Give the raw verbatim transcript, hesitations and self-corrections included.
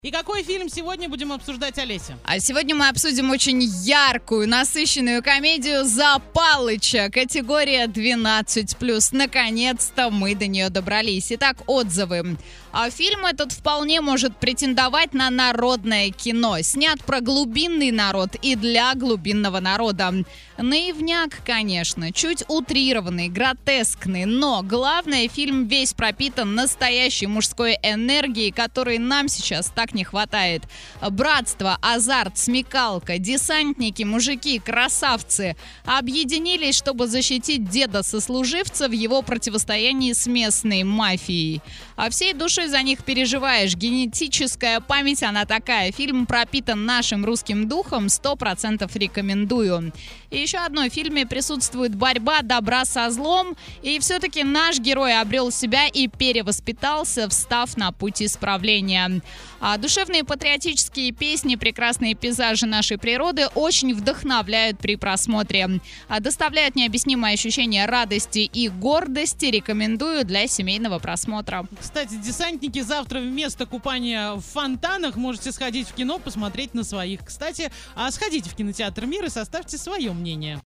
И какой фильм сегодня будем обсуждать, Олеся? А сегодня мы обсудим очень яркую, насыщенную комедию «За Палыча». Категория двенадцать плюс. Наконец-то мы до нее добрались. Итак, отзывы. А фильм этот вполне может претендовать на народное кино. Снят про глубинный народ и для глубинного народа. Наивняк, конечно, чуть утрированный, гротескный, но главное, фильм весь пропитан настоящей мужской энергией, которой нам сейчас так не хватает. Братство, азарт, смекалка, десантники, мужики, красавцы объединились, чтобы защитить деда-сослуживца в его противостоянии с местной мафией. А всей душой за них переживаешь. Генетическая память, она такая. Фильм пропитан нашим русским духом, сто процентов рекомендую. И еще одно, в фильме присутствует борьба добра со злом, и все-таки наш герой обрел себя и перевоспитался, встав на путь исправления. А душевные патриотические песни, прекрасные пейзажи нашей природы очень вдохновляют при просмотре. А доставляют необъяснимое ощущение радости и гордости. Рекомендую для семейного просмотра. Кстати, десантники, завтра вместо купания в фонтанах можете сходить в кино, посмотреть на своих. Кстати, а сходите в кинотеатр «Мир» и составьте свое мнение.